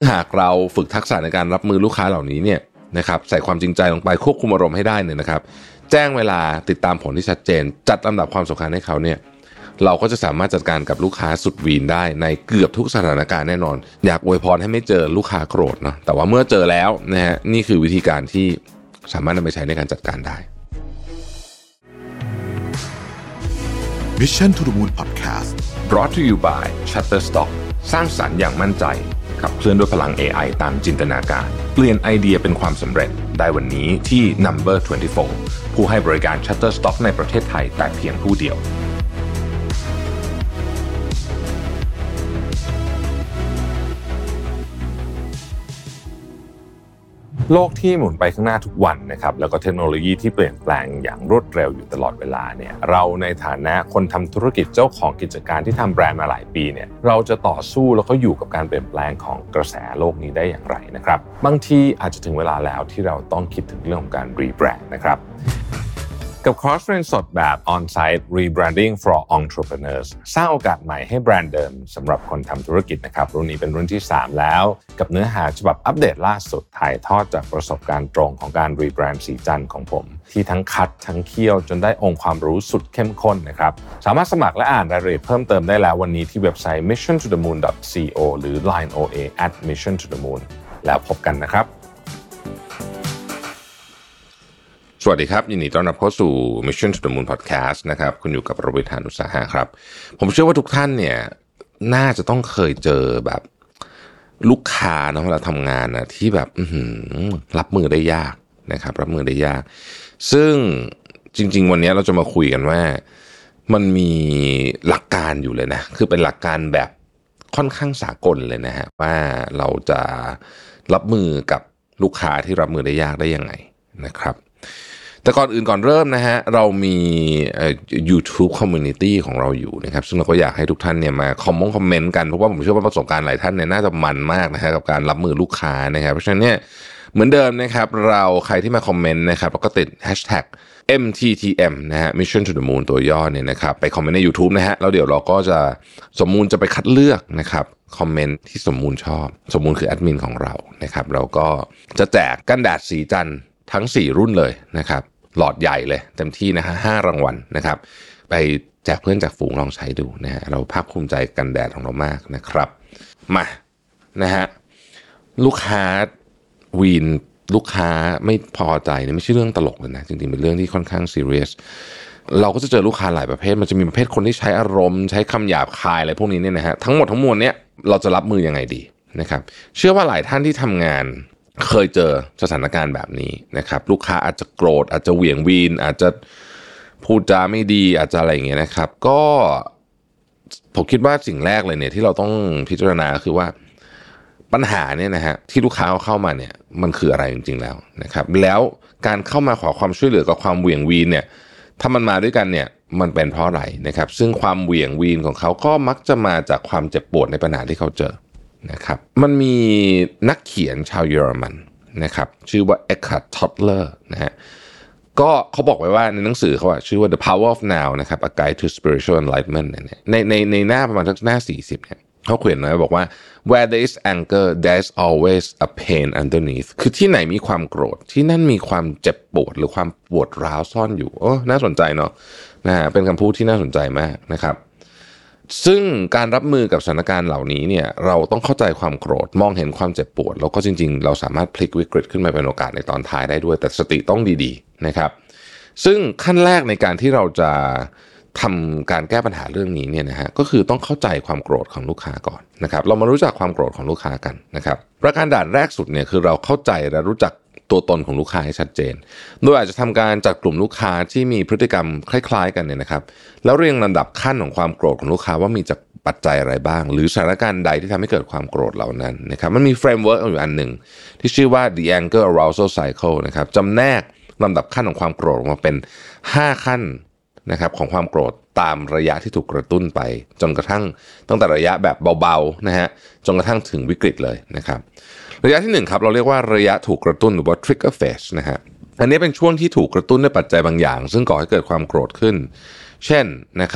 หากเราฝึกทักษะในการรับมือลูกค้าเหล่านี้เนี่ยนะครับใส่ความจริงใจลงไปควบคุมอารมณ์ให้ได้เนี่ยนะครับแจ้งเวลาติดตามผลที่ชัดเจนจัดลำดับความสำคัญให้เขาเนี่ยเราก็จะสามารถจัดการกับลูกค้าสุดวีนได้ในเกือบทุกสถานการณ์แน่นอนอยากอวยพรให้ไม่เจอลูกค้าโกรธเนาะแต่ว่าเมื่อเจอแล้วนะฮะนี่คือวิธีการที่สามารถนำไปใช้ในการจัดการได้ Mission to the Moon Podcast brought to you by Shutterstock สร้างสรรค์อย่างมั่นใจขับเคลื่อนด้วยพลัง AI ตามจินตนาการเปลี่ยนไอเดียเป็นความสำเร็จได้วันนี้ที่ Number 24 ผู้ให้บริการ Shutterstock ในประเทศไทยแต่เพียงผู้เดียวโลกที่หมุนไปข้างหน้าทุกวันนะครับแล้วก็เทคโนโลยีที่เปลี่ยนแปลงอย่างรวดเร็วอยู่ตลอดเวลาเนี่ยเราในฐานะคนทำธุรกิจเจ้าของกิจการที่ทำแบรนด์มาหลายปีเนี่ยเราจะต่อสู้แล้วก็อยู่กับการเปลี่ยนแปลงของกระแสโลกนี้ได้อย่างไรนะครับบางทีอาจจะถึงเวลาแล้วที่เราต้องคิดถึงเรื่องของการรีแบรนด์นะครับกับคอร์สเรียนสดแบบ On-site Rebranding for Entrepreneurs สร้างโอกาสใหม่ให้แบรนด์เดิมสำหรับคนทำธุรกิจนะครับรุ่นนี้เป็นรุ่นที่3แล้วกับเนื้อหาฉบับอัปเดตล่าสุดถ่ายทอดจากประสบการณ์ตรงของการรีแบรนด์สีจันทร์ของผมที่ทั้งคัดทั้งเคี่ยวจนได้องค์ความรู้สุดเข้มข้นนะครับสามารถสมัครและอ่านรายละเอียดเพิ่มเติมได้แล้ววันนี้ที่เว็บไซต์ missiontothemoon.co หรือ Line OA @missiontothemoon แล้วพบกันนะครับสวัสดีครับยินดีต้อนรับเข้าสู่ Mission to the Moon Podcast นะครับคุณอยู่กับรวิทย์ หาญอุตสาหะครับผมเชื่อว่าทุกท่านเนี่ยน่าจะต้องเคยเจอแบบลูกค้าเนาะเวลาทำงานนะที่แบบรับมือได้ยากนะครับรับมือได้ยากซึ่งจริงๆวันนี้เราจะมาคุยกันว่ามันมีหลักการอยู่เลยนะคือเป็นหลักการแบบค่อนข้างสากลเลยนะฮะว่าเราจะรับมือกับลูกค้าที่รับมือได้ยากได้ยังไงนะครับแต่ก่อนอื่นก่อนเริ่มนะฮะเรามีYouTube Community ของเราอยู่นะครับซึ่งเราก็อยากให้ทุกท่านเนี่ยมาคอมเมนต์กันเพราะว่าผมเชื่อว่าประสบการณ์หลายท่านเนี่ยน่าจะมันมากนะฮะกับการรับมือลูกค้านะครับเพราะฉะนั้นเนี่ยเหมือนเดิมนะครับเราใครที่มาคอมเมนต์นะครับเราก็ติด hashtag MTTM นะฮะ Mission to the Moon ตัวย่อเนี่ยนะครับไปคอมเมนต์ใน YouTube นะฮะแล้วเดี๋ยวเราก็จะสมมูลจะไปคัดเลือกนะครับคอมเมนต์ที่สมมูลชอบสมมูลคือแอดมินของเรานะครับเราก็จะแจกกันแดดสีจันทร์ทั้ง4รุ่นเลยนะครับหลอดใหญ่เลยเต็มที่นะฮะ5รางวัลนะครับไปแจกเพื่อนจากฝูงลองใช้ดูนะฮะเราภาคภูมิใจกันแดดของเรามากนะครับมานะฮะลูกค้าวีนลูกค้าไม่พอใจเนี่ยไม่ใช่เรื่องตลกเลยนะจริงๆเป็นเรื่องที่ค่อนข้างซีเรียสเราก็จะเจอลูกค้าหลายประเภทมันจะมีประเภทคนที่ใช้อารมณ์ใช้คำหยาบคายอะไรพวกนี้เนี่ยนะฮะทั้งหมดทั้งมวลเนี่ยเราจะรับมือยังไงดีนะครับเชื่อว่าหลายท่านที่ทำงานเคยเจอสถานการณ์แบบนี้นะครับลูกค้าอาจจะโกรธอาจจะเหวี่ยงวีนอาจจะพูดจาไม่ดีอาจจะอะไรอย่างเงี้ยนะครับก็ผมคิดว่าสิ่งแรกเลยเนี่ยที่เราต้องพิจารณาคือว่าปัญหาเนี่ยนะฮะที่ลูกค้าเข้ามาเนี่ยมันคืออะไรจริงๆแล้วนะครับแล้วการเข้ามาขอความช่วยเหลือกับความเหวี่ยงวีนเนี่ยถ้ามันมาด้วยกันเนี่ยมันเป็นเพราะอะไรนะครับซึ่งความเหวี่ยงวีนของเขาก็มักจะมาจากความเจ็บปวดในปัญหาที่เขาเจอนะครับมันมีนักเขียนชาวเยอรมันนะครับชื่อว่า Eckhart Tolle นะฮะก็เขาบอกไว้ว่าในหนังสือเขาชื่อว่า The Power of Now นะครับ A Guide to Spiritual Enlightenment เนี่ยในหน้าประมาณหน้า40เนี่ยเขาเขียนไว้บอกว่า Where there is anger there is always a pain underneath คือที่ไหนมีความโกรธที่นั่นมีความเจ็บปวดหรือความปวดร้าวซ่อนอยู่น่าสนใจเนาะนะฮะเป็นคำพูดที่น่าสนใจมากนะครับซึ่งการรับมือกับสถานการณ์เหล่านี้เนี่ยเราต้องเข้าใจความโกรธมองเห็นความเจ็บปวดแล้วก็จริงๆเราสามารถพลิกวิกฤตขึ้นมาเป็นโอกาสในตอนท้ายได้ด้วยแต่สติต้องดีๆนะครับซึ่งขั้นแรกในการที่เราจะทำการแก้ปัญหาเรื่องนี้เนี่ยนะฮะก็คือต้องเข้าใจความโกรธของลูกค้าก่อนนะครับเรามารู้จักความโกรธของลูกค้ากันนะครับประการด่านแรกสุดเนี่ยคือเราเข้าใจและรู้จักตัวตนของลูกค้าให้ชัดเจนโดยอาจจะทำการจัดกลุ่มลูกค้าที่มีพฤติกรรมคล้ายๆกันเนี่ยนะครับแล้วเรียงลำดับขั้นของความโกรธของลูกค้าว่ามีจากปัจจัยอะไรบ้างหรือสถานการณ์ใดที่ทำให้เกิดความโกรธเหล่านั้นนะครับมันมีเฟรมเวิร์กอยู่อันหนึ่งที่ชื่อว่า the anger arousal cycle นะครับจำแนกลำดับขั้นของความโกรธออกมาเป็น5ขั้นนะครับของความโกรธตามระยะที่ถูกกระตุ้นไปจนกระทั่งตั้งแต่ระยะแบบเบาๆนะฮะจนกระทั่งถึงวิกฤตเลยนะครับระยะที่1ครับเราเรียกว่าระยะถูกกระตุ้นหรือว่า trigger phase นะฮะอันนี้เป็นช่วงที่ถูกกระตุ้นด้วยปัจจัยบางอย่างซึ่งก่อให้เกิดความโกรธขึ้นเช่นนะครับ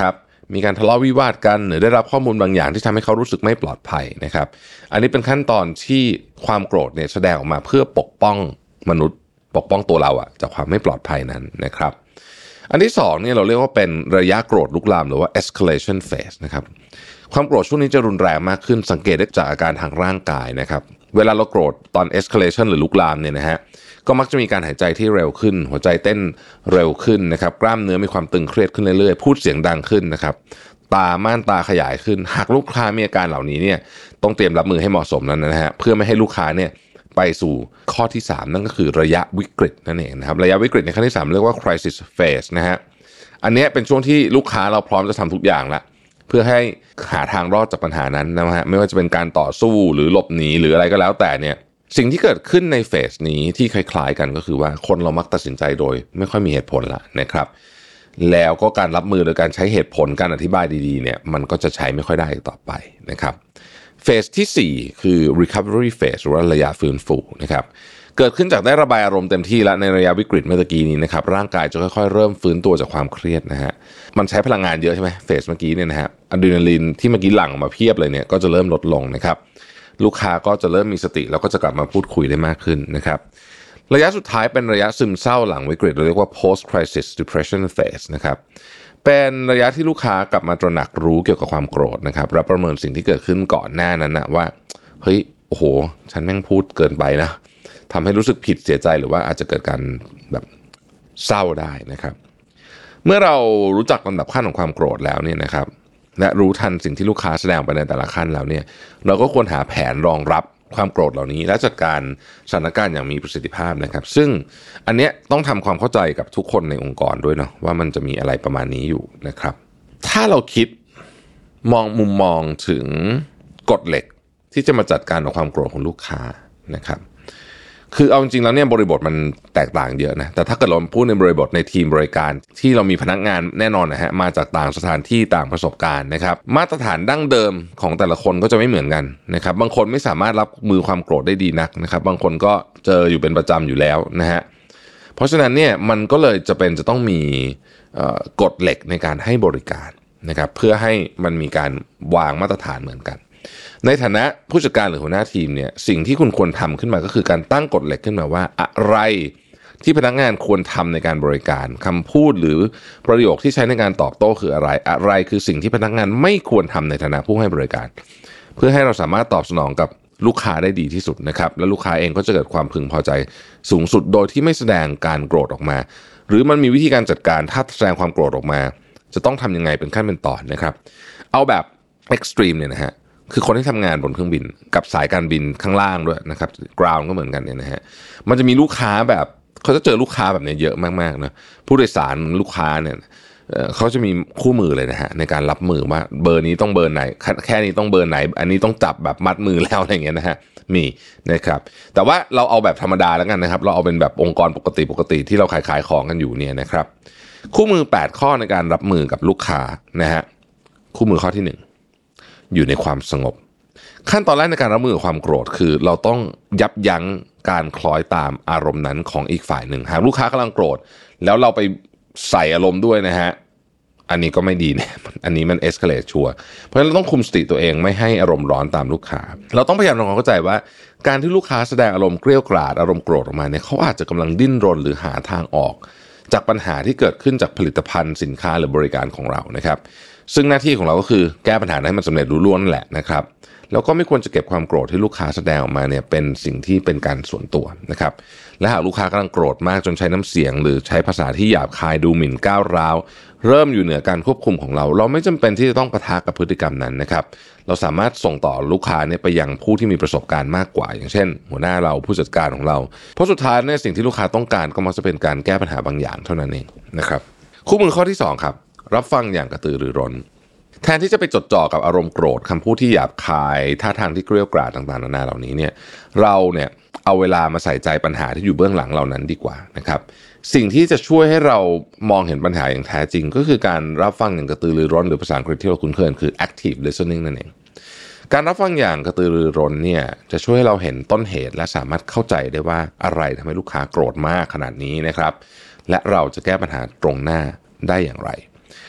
มีการทะเลาะวิวาทกันหรือได้รับข้อมูลบางอย่างที่ทำให้เขารู้สึกไม่ปลอดภัยนะครับอันนี้เป็นขั้นตอนที่ความโกรธเนี่ยแสดงออกมาเพื่อปกป้องมนุษย์ปกป้องตัวเราจากความไม่ปลอดภัยนั้นนะครับอันที่2เนี่ยเราเรียกว่าเป็นระยะโกรธลุกลามหรือว่า escalation phase นะครับความโกรธช่วงนี้จะรุนแรงมากขึ้นสังเกตได้จากอาการทางร่างกายนะครับเวลาเราโกรธตอน escalation หรือลุกลามเนี่ยนะฮะก็มักจะมีการหายใจที่เร็วขึ้นหัวใจเต้นเร็วขึ้นนะครับกล้ามเนื้อมีความตึงเครียดขึ้นเรื่อยๆพูดเสียงดังขึ้นนะครับม่านตาขยายขึ้นหากลูกค้ามีอาการเหล่านี้เนี่ยต้องเตรียมรับมือให้เหมาะสมแล้วนะฮะเพื่อไม่ให้ลูกค้าเนี่ยไปสู่ข้อที่3นั่นก็คือระยะวิกฤตนั่นเองนะครับระยะวิกฤตในขั้นที่3เรียกว่า crisis phase นะฮะอันนี้เป็นช่วงที่ลูกค้าเราพร้อมจะทำทุกอย่างละเพื่อให้หาทางรอดจากปัญหานั้นนะฮะไม่ว่าจะเป็นการต่อสู้หรือหลบหนีหรืออะไรก็แล้วแต่เนี่ยสิ่งที่เกิดขึ้นในเฟสนี้ที่คล้ายๆกันก็คือว่าคนเรามักตัดสินใจโดยไม่ค่อยมีเหตุผลละนะครับแล้วก็การรับมือโดยการใช้เหตุผลการอธิบายดีๆเนี่ยมันก็จะใช้ไม่ค่อยได้ต่อไปนะครับเฟสที่4คือ recovery phase หรือว่าระยะฟื้นฟูนะครับเกิดขึ้นจากได้ระบายอารมณ์เต็มที่แล้วในระยะวิกฤตเมื่อกี้นี้นะครับร่างกายจะค่อยๆเริ่มฟื้นตัวจากความเครียดนะฮะมันใช้พลังงานเยอะใช่ไหมเฟสเมื่อกี้เนี่ยนะฮะอะดรีนาลีนที่เมื่อกี้หลั่งมาเพียบเลยเนี่ยก็จะเริ่มลดลงนะครับลูกค้าก็จะเริ่มมีสติแล้วก็จะกลับมาพูดคุยได้มากขึ้นนะครับระยะสุดท้ายเป็นระยะซึมเศร้าหลังวิกฤตเราเรียกว่า post crisis depression phase นะครับเป็นระยะที่ลูกค้ากลับมาตระหนักรู้เกี่ยวกับความโกรธนะครับและประเมินสิ่งที่เกิดขึ้นก่อนหน้านั้นนะว่าเฮ้ยโอ้โหฉันแม่งพูดเกินไปนะทำให้รู้สึกผิดเสียใจหรือว่าอาจจะเกิดการแบบเศร้าได้นะครับเมื่อเรารู้จักลำดับขั้นของความโกรธแล้วเนี่ยนะครับและรู้ทันสิ่งที่ลูกค้าแสดงไปในแต่ละขั้นแล้วเนี่ยเราก็ควรหาแผนรองรับความโกรธเหล่านี้และจัดการสถานการณ์อย่างมีประสิทธิภาพนะครับซึ่งอันเนี้ยต้องทำความเข้าใจกับทุกคนในองค์กรด้วยเนาะว่ามันจะมีอะไรประมาณนี้อยู่นะครับถ้าเราคิดมุมมองถึงกฎเหล็กที่จะมาจัดการกับความโกรธของลูกค้านะครับคือเอาจริงๆแล้วเนี่ยบริบทมันแตกต่างเยอะนะแต่ถ้าเกิดเราพูดในบริบทในทีมบริการที่เรามีพนักงานแน่นอนนะฮะมาจากต่างสถานที่ต่างประสบการณ์นะครับมาตรฐานดั้งเดิมของแต่ละคนก็จะไม่เหมือนกันนะครับบางคนไม่สามารถรับมือความโกรธได้ดีนักนะครับบางคนก็เจออยู่เป็นประจำอยู่แล้วนะฮะเพราะฉะนั้นเนี่ยมันก็เลยจะต้องมีกฎเหล็กในการให้บริการนะครับเพื่อให้มันมีการวางมาตรฐานเหมือนกันในฐานะผู้จัดการหรือหัวหน้าทีมเนี่ยสิ่งที่คุณควรทำขึ้นมาก็คือการตั้งกฎเหล็กขึ้นมาว่าอะไรที่พนักงานควรทำในการบริการคำพูดหรือประโยคที่ใช้ในการตอบโต้คืออะไรคือสิ่งที่พนักงานไม่ควรทำในฐานะผู้ให้บริการเพื่อให้เราสามารถตอบสนองกับลูกค้าได้ดีที่สุดนะครับและลูกค้าเองก็จะเกิดความพึงพอใจสูงสุดโดยที่ไม่แสดงการโกรธออกมาหรือมันมีวิธีการจัดการถ้าแสดงความโกรธออกมาจะต้องทำยังไงเป็นขั้นเป็นตอนนะครับเอาแบบเอ็กซ์ตรีมเนี่ยนะฮะคือคนที่ทำงานบนเครื่องบินกับสายการบินข้างล่างด้วยนะครับกราวน์ก็เหมือนกันเนี่ยนะฮะมันจะมีลูกค้าแบบเขาจะเจอลูกค้าแบบนี้เยอะมากๆนะผู้โดยสารลูกค้าเนี่ยเขาจะมีคู่มือเลยนะฮะในการรับมือว่าเบอร์นี้ต้องเบอร์ไหนแค่นี้ต้องเบอร์ไหนอันนี้ต้องจับแบบมัดมือแล้วอะไรเงี้ยนะฮะมีนะครับแต่ว่าเราเอาแบบธรรมดาแล้วกันนะครับเราเอาเป็นแบบองค์กรปกติที่เราขายของกันอยู่เนี่ยนะครับคู่มือ8ข้อในการรับมือกับลูกค้านะฮะคู่มือข้อที่1อยู่ในความสงบขั้นตอนแรกในการรับมือกับความโกรธคือเราต้องยับยั้งการคล้อยตามอารมณ์นั้นของอีกฝ่ายหนึ่งหากลูกค้ากำลังโกรธแล้วเราไปใส่อารมณ์ด้วยนะฮะอันนี้ก็ไม่ดีเนี่ยอันนี้มันเอ็กซ์เคเลตชัวร์เพราะฉะนั้นเราต้องคุมสติตัวเองไม่ให้อารมณ์ร้อนตามลูกค้าเราต้องพยายามทำความเข้าใจว่าการที่ลูกค้าแสดงอารมณ์เกรี้ยวกราดอารมณ์โกรธออกมาเนี่ยเขาอาจจะกำลังดิ้นรนหรือหาทางออกจากปัญหาที่เกิดขึ้นจากผลิตภัณฑ์สินค้าหรือบริการของเรานะครับซึ่งหน้าที่ของเราก็คือแก้ปัญหาให้มันสำเร็จรุ่งนั่นแหละนะครับแล้วก็ไม่ควรจะเก็บความโกรธที่ลูกค้าแสดงออกมาเนี่ยเป็นสิ่งที่เป็นการส่วนตัวนะครับและหากลูกค้ากำลังโกรธมากจนใช้น้ำเสียงหรือใช้ภาษาที่หยาบคายดูหมิ่นก้าวร้าวเริ่มอยู่เหนือการควบคุมของเราไม่จำเป็นที่จะต้องปะทะกับพฤติกรรมนั้นนะครับเราสามารถส่งต่อลูกค้าเนี่ยไปยังผู้ที่มีประสบการณ์มากกว่าอย่างเช่นหัวหน้าเราผู้จัดการของเราเพราะสุดท้ายเนี่ยสิ่งที่ลูกค้าต้องการก็มักจะเป็นการแก้ปัญหาบางอย่างเท่านั้นเองนะครับคู่มือข้อที่2ครับรับฟังอย่างกระตือรือร้นแทนที่จะไปจดจ่อกับอารมณ์โกรธคำพูดที่หยาบคายท่าทางที่เกรี้ยวกราดต่างๆนานาเหล่านี้เนี่ยเราเนี่ยเอาเวลามาใส่ใจปัญหาที่อยู่เบื้องหลังเหล่านั้นดีกว่านะครับสิ่งที่จะช่วยให้เรามองเห็นปัญหาอย่างแท้จริงก็คือการรับฟังอย่างกระตือรือร้นหรือภาษาอังกฤษที่เราคุ้นเคยคือ active listening นั่นเองการรับฟังอย่างกระตือรือร้นเนี่ยจะช่วยให้เราเห็นต้นเหตุและสามารถเข้าใจได้ว่าอะไรทำให้ลูกค้าโกรธมากขนาดนี้นะครับและเราจะแก้ปัญหาตรงหน้าได้อย่างไร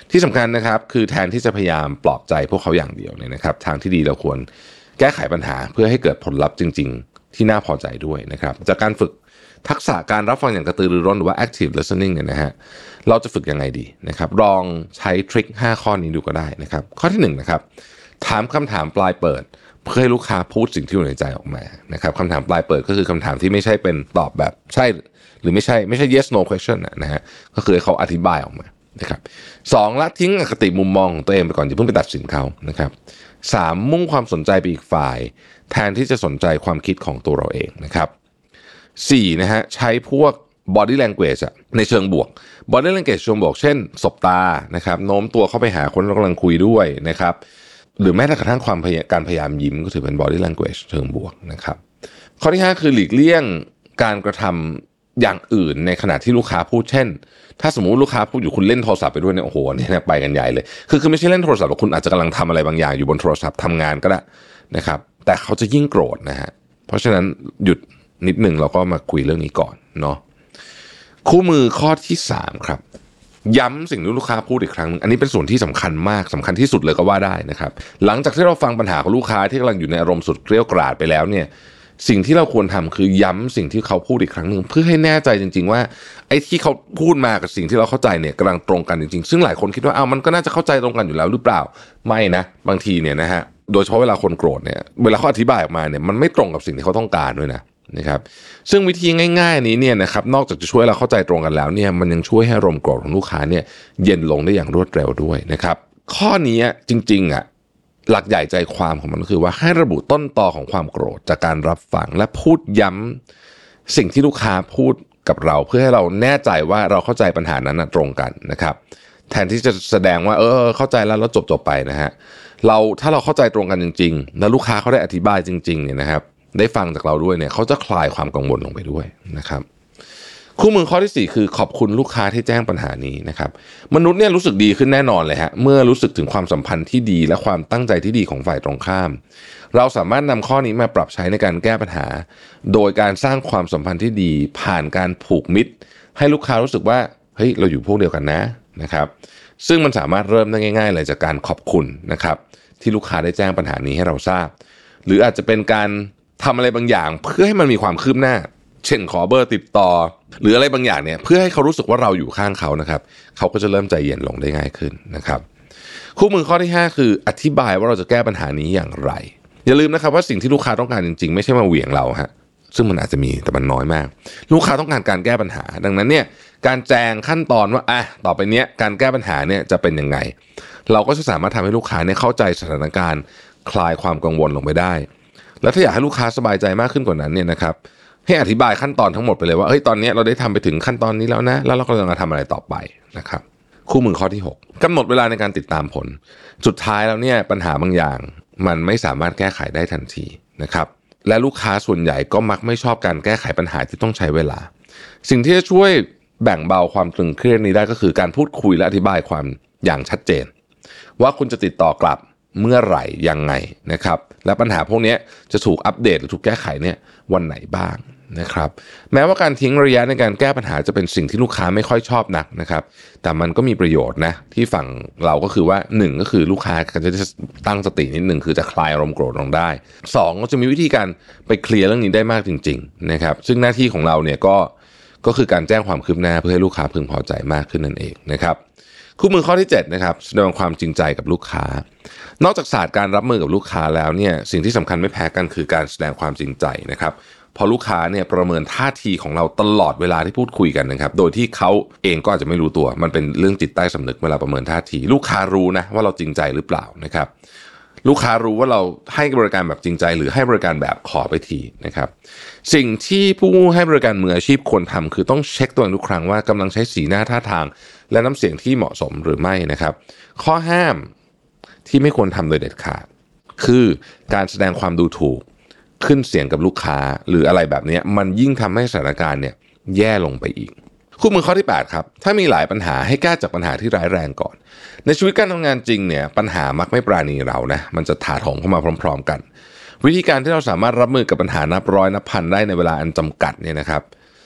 ที่สำคัญนะครับคือแทนที่จะพยายามปลอบใจพวกเขาอย่างเดียวเนี่ยนะครับทางที่ดีเราควรแก้ไขปัญหาเพื่อให้เกิดผลลัพธ์จริงๆที่น่าพอใจด้วยนะครับจากการฝึกทักษะการรับฟังอย่างกระตือรือร้นหรือว่า active listening เนี่ยนะฮะเราจะฝึกยังไงดีนะครับลองใช้ทริค5ข้อนี้ดูก็ได้นะครับข้อที่1นะครับถามคำถามปลายเปิดเพื่อให้ลูกค้าพูดสิ่งที่อยู่ในใจออกมานะครับคำถามปลายเปิดก็คือคำถามที่ไม่ใช่เป็นตอบแบบใช่หรือไม่ใช่ yes no question นะฮะก็คือให้เขาอธิบายออกมานะครับ2ละทิ้งอคติมุมมองของตัวเองไปก่อนอย่าเพิ่งไปตัดสินเขานะครับ3มุ่งความสนใจไปอีกฝ่ายแทนที่จะสนใจความคิดของตัวเราเองนะครับ4นะฮะใช้พวก body language ในเชิงบวก body language เชิงบวกเช่นสบตานะครับโน้มตัวเข้าไปหาคนที่กำลังคุยด้วยนะครับหรือแม้แต่กระทั่งการพยายามยิ้มก็ถือเป็น body language เชิงบวกนะครับข้อที่5คือหลีกเลี่ยงการกระทำอย่างอื่นในขณะที่ลูกค้าพูดเช่นถ้าสมมุติลูกค้าพูดอยู่คุณเล่นโทรศัพท์ไปด้วยเนี่ยโอ้โหเนี่ยไปกันใหญ่เลยคือไม่ใช่เล่นโทรศัพท์หรอกคุณอาจจะกำลังทำอะไรบางอย่างอยู่บนโทรศัพท์ทำงานก็ได้นะครับแต่เขาจะยิ่งโกรธนะฮะเพราะฉะนั้นหยุดนิดนึงเราก็มาคุยเรื่องนี้ก่อนเนาะคู่มือข้อที่3ครับย้ำสิ่งที่ลูกค้าพูดอีกครั้งนึงอันนี้เป็นส่วนที่สำคัญมากสำคัญที่สุดเลยก็ว่าได้นะครับหลังจากที่เราฟังปัญหาของลูกค้าที่กำลังอยู่ในอารมณ์สุดเกรี้ยวกราดไปแล้วเนี่ยสิ่งที่เราควรทำคือย้ำสิ่งที่เขาพูดอีกครั้งนึงเพื่อให้แน่ใจจริงๆว่าไอ้ที่เขาพูดมากับสิ่งที่เราเข้าใจเนี่ยกำลังตรงกันจริงๆซึ่งหลายคนคิดว่ามันก็น่าจะเข้าใจตรงกันอยู่แล้วหรือเปล่าไม่นะบางทีเนี่ยนะฮะโดยเฉพาะเวลาคนโกรธเนี่ยเวลาเขาอธิบายออกมาเนี่ยมันไม่ตรงกับสิ่งที่เขาต้องการด้วยนะครับซึ่งวิธีง่ายๆนี้เนี่ยนะครับนอกจากจะช่วยเราเข้าใจตรงกันแล้วเนี่ยมันยังช่วยให้อารมณ์โกรธของลูกค้าเนี่ยเย็นลงได้อย่างรวดเร็วด้วยนะครับข้อนี้จริงๆหลักใหญ่ใจความของมันก็คือว่าให้ระบุต้นตอของความโกรธจากการรับฟังและพูดย้ำสิ่งที่ลูกค้าพูดกับเราเพื่อให้เราแน่ใจว่าเราเข้าใจปัญหานั้นตรงกันนะครับแทนที่จะแสดงว่าเข้าใจแล้วจบไปนะฮะถ้าเราเข้าใจตรงกันจริงๆแล้วลูกค้าเขาได้อธิบายจริงๆเนี่ยนะครับได้ฟังจากเราด้วยเนี่ยเขาจะคลายความกังวลลงไปด้วยนะครับคู่มือข้อที่4คือขอบคุณลูกค้าที่แจ้งปัญหานี้นะครับมนุษย์เนี่ยรู้สึกดีขึ้นแน่นอนเลยฮะเมื่อรู้สึกถึงความสัมพันธ์ที่ดีและความตั้งใจที่ดีของฝ่ายตรงข้ามเราสามารถนำข้อนี้มาปรับใช้ในการแก้ปัญหาโดยการสร้างความสัมพันธ์ที่ดีผ่านการผูกมิตรให้ลูกค้ารู้สึกว่าเฮ้ยเราอยู่พวกเดียวกันนะครับซึ่งมันสามารถเริ่มได้ง่ายๆเลยจากการขอบคุณนะครับที่ลูกค้าได้แจ้งปัญหานี้ให้เราทราบหรืออาจจะเป็นการทำอะไรบางอย่างเพื่อให้มันมีความคืบหน้าเช่นขอเบอร์ติดต่อหรืออะไรบางอย่างเนี่ยเพื่อให้เขารู้สึกว่าเราอยู่ข้างเขานะครับเขาก็จะเริ่มใจเย็นลงได้ง่ายขึ้นนะครับคู่มือข้อที่5คืออธิบายว่าเราจะแก้ปัญหานี้อย่างไรอย่าลืมนะครับว่าสิ่งที่ลูกค้าต้องการจริงๆไม่ใช่มาเหวี่ยงเราฮะซึ่งมันอาจจะมีแต่มันน้อยมากลูกค้าต้องการการแก้ปัญหาดังนั้นเนี่ยการแจงขั้นตอนว่าต่อไปเนี้ยการแก้ปัญหาเนี่ยจะเป็นยังไงเราก็จะสามารถทำให้ลูกค้าเนี่ยเข้าใจสถานการณ์คลายความกังวลลงไปได้แล้วถ้าอยากให้ลูกค้าสบายใจมากขึ้นกว่านั้นเนี่ยนะครับให้อธิบายขั้นตอนทั้งหมดไปเลยว่าตอนนี้เราได้ทำไปถึงขั้นตอนนี้แล้วนะแล้วเรากำลังจะทำอะไรต่อไปนะครับคู่มือข้อที่6กำหนดเวลาในการติดตามผลสุดท้ายแล้วเนี่ยปัญหาบางอย่างมันไม่สามารถแก้ไขได้ทันทีนะครับและลูกค้าส่วนใหญ่ก็มักไม่ชอบการแก้ไขปัญหาที่ต้องใช้เวลาสิ่งที่จะช่วยแบ่งเบาความตึงเครียดนี้ได้ก็คือการพูดคุยและอธิบายความอย่างชัดเจนว่าคุณจะติดต่อกลับเมื่อไหร่ยังไงนะครับและปัญหาพวกนี้จะถูกอัปเดตหรือถูกแก้ไขเนี่ยวันไหนบ้างนะครับแม้ว่าการทิ้งระยะในการแก้ปัญหาจะเป็นสิ่งที่ลูกค้าไม่ค่อยชอบนักนะครับแต่มันก็มีประโยชน์นะที่ฝั่งเราก็คือว่า1ก็คือลูกค้าจะตั้งสตินิดนึงคือจะคลายอารมณ์โกรธลงได้2ก็จะมีวิธีการไปเคลียร์เรื่องนี้ได้มากจริงๆนะครับซึ่งหน้าที่ของเราเนี่ยก็คือการแจ้งความคืบหน้าเพื่อให้ลูกค้าพึงพอใจมากขึ้นนั่นเองนะครับคู่มือข้อที่7นะครับแสดงความจริงใจกับลูกค้านอกจากศาสตร์การรับมือกับลูกค้าแล้วเนี่ยสิ่งที่สำคัญไม่แพ้กันคือการแสดงความจริงใจนะครับพอลูกค้าเนี่ยประเมินท่าทีของเราตลอดเวลาที่พูดคุยกันนะครับโดยที่เขาเองก็อาจจะไม่รู้ตัวมันเป็นเรื่องจิตใต้สำนึกเวลาประเมินท่าทีลูกค้ารู้นะว่าเราจริงใจหรือเปล่านะครับลูกค้ารู้ว่าเราให้บริการแบบจริงใจหรือให้บริการแบบขอไปทีนะครับสิ่งที่ผู้ให้บริการมืออาชีพควรทำคือต้องเช็คตัวเองทุกครั้งว่ากำลังใช้สีหน้าท่าทางและน้ำเสียงที่เหมาะสมหรือไม่นะครับข้อห้ามที่ไม่ควรทำโดยเด็ดขาดคือการแสดงความดูถูกขึ้นเสียงกับลูกค้าหรืออะไรแบบนี้มันยิ่งทำให้สถานการณ์เนี่ยแย่ลงไปอีกคู่มือข้อที่8ครับถ้ามีหลายปัญหาให้แก้จากปัญหาที่ร้ายแรงก่อนในชีวิตการทำงานจริงเนี่ยปัญหามักไม่ปราณีเรานะมันจะถาโถมเข้ามาพร้อมๆกันวิธีการที่เราสามารถรับมือกับปัญหานับร้อยนับพันได้ในเวลาอันจำกัดเนี่ยนะครับ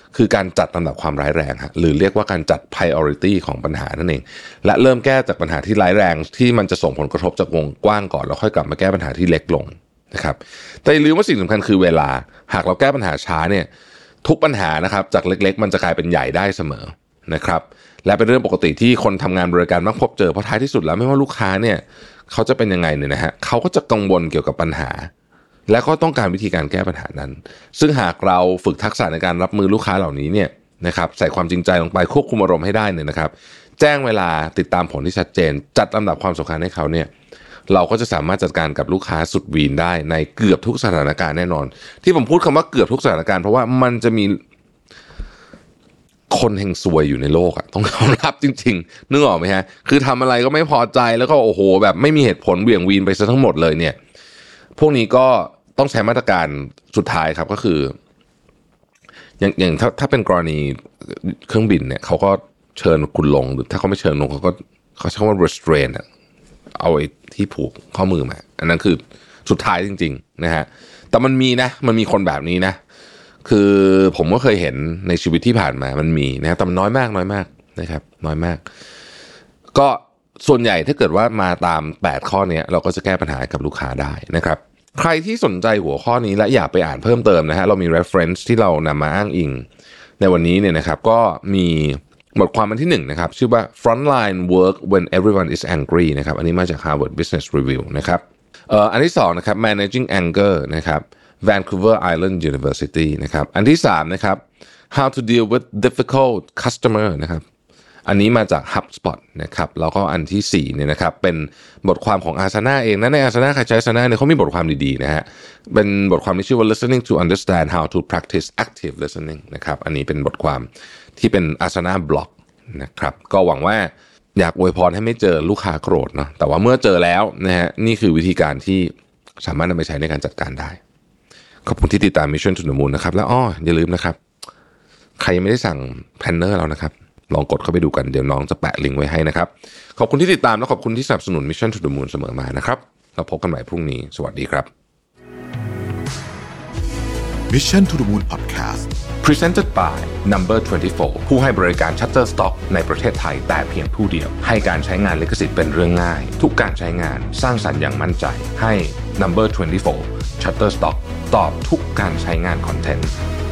คือการจัดลำดับความร้ายแรงฮะหรือเรียกว่าการจัด priority ของปัญหานั่นเองและเริ่มแก้จากปัญหาที่ร้ายแรงที่มันจะส่งผลกระทบจากวงกว้างก่อนแล้วค่อยกลับมาแก้ปัญหาที่เล็กลงนะครับแต่อย่าลืมว่าสิ่งสำคัญคือเวลาหากเราแก้ปัญหาช้าเนี่ยทุกปัญหานะครับจากเล็กๆมันจะกลายเป็นใหญ่ได้เสมอนะครับและเป็นเรื่องปกติที่คนทำงานบริการมักพบเจอเพราะท้ายที่สุดแล้วไม่ว่าลูกค้าเนี่ยเขาจะเป็นยังไงเนี่ยนะฮะเขาก็จะกังวลเกี่ยวกับปัญหาและก็ต้องการวิธีการแก้ปัญหานั้นซึ่งหากเราฝึกทักษะในการรับมือลูกค้าเหล่านี้เนี่ยนะครับใส่ความจริงใจลงไปควบคุมอารมณ์ให้ได้เนี่ยนะครับแจ้งเวลาติดตามผลที่ชัดเจนจัดลำดับความสำคัญให้เขาเนี่ยเราก็จะสามารถจัดการกับลูกค้าสุดวีนได้ในเกือบทุกสถานการณ์แน่นอนที่ผมพูดคำว่าเกือบทุกสถานการณ์เพราะว่ามันจะมีคนเฮงซวยอยู่ในโลกอะต้องยอมรับจริงๆนึกออกไหมฮะคือทำอะไรก็ไม่พอใจแล้วก็โอ้โหแบบไม่มีเหตุผลเบี่ยงวีนไปซะทั้งหมดเลยเนี่ยพวกนี้ก็ต้องใช้มาตรการสุดท้ายครับก็คืออย่างถ้าเป็นกรณีเครื่องบินเนี่ยเขาก็เชิญคุณลงหรือถ้าเขาไม่เชิญลงเขาใช้คำว่า restrain เอาไอ้ที่ผูกข้อมือมาอันนั้นคือสุดท้ายจริงๆนะฮะแต่มันมีคนแบบนี้นะคือผมก็เคยเห็นในชีวิตที่ผ่านมามันมีนะแต่มันน้อยมากนะครับน้อยมากก็ส่วนใหญ่ถ้าเกิดว่ามาตาม8ข้อนี้เราก็จะแก้ปัญหากับลูกค้าได้นะครับใครที่สนใจหัวข้อนี้และอยากไปอ่านเพิ่มเติมนะฮะเรามี reference ที่เรานำมาอ้างอิงในวันนี้เนี่ยนะครับก็มีบทความอันที่1นะครับชื่อว่า Frontline Work When Everyone is Angry นะครับอันนี้มาจาก Harvard Business Review นะครับอันที่2นะครับ Managing Anger นะครับ Vancouver Island University นะครับอันที่3นะครับ How to Deal with Difficult Customer นะครับอันนี้มาจาก HubSpot นะครับแล้วก็อันที่4เนี่ยนะครับเป็นบทความของ Asana เองนะใน Asana ใครใช้ Asana เนี่ยเขามีบทความดีๆนะฮะเป็นบทความที่ชื่อว่า Listening to Understand How to Practice Active Listening นะครับอันนี้เป็นบทความที่เป็น Asana Blog นะครับก็หวังว่าอยากอวยพรให้ไม่เจอลูกค้าโกรธเนาะแต่ว่าเมื่อเจอแล้วนะฮะนี่คือวิธีการที่สามารถนำไปใช้ในการจัดการได้ขอบคุณที่ติดตาม Mission to the Moon นะครับแล้วอย่าลืมนะครับใครยังไม่ได้สั่งแพลนเนอร์แล้วนะครับลองกดเข้าไปดูกันเดี๋ยวน้องจะแปะลิงก์ไว้ให้นะครับขอบคุณที่ติดตามและขอบคุณที่สนับสนุน Mission to the Moon เสมอมานะครับเราพบกันใหม่พรุ่งนี้สวัสดีครับ Mission to the Moon Podcast Presented by Number 24 ผู้ให้บริการ Shutterstock ในประเทศไทยแต่เพียงผู้เดียวให้การใช้งานลิขสิทธิ์เป็นเรื่องง่ายทุกการใช้งานสร้างสรรค์อย่างมั่นใจให้ Number 24 Shutterstock ตอบทุกการใช้งานคอนเทนต์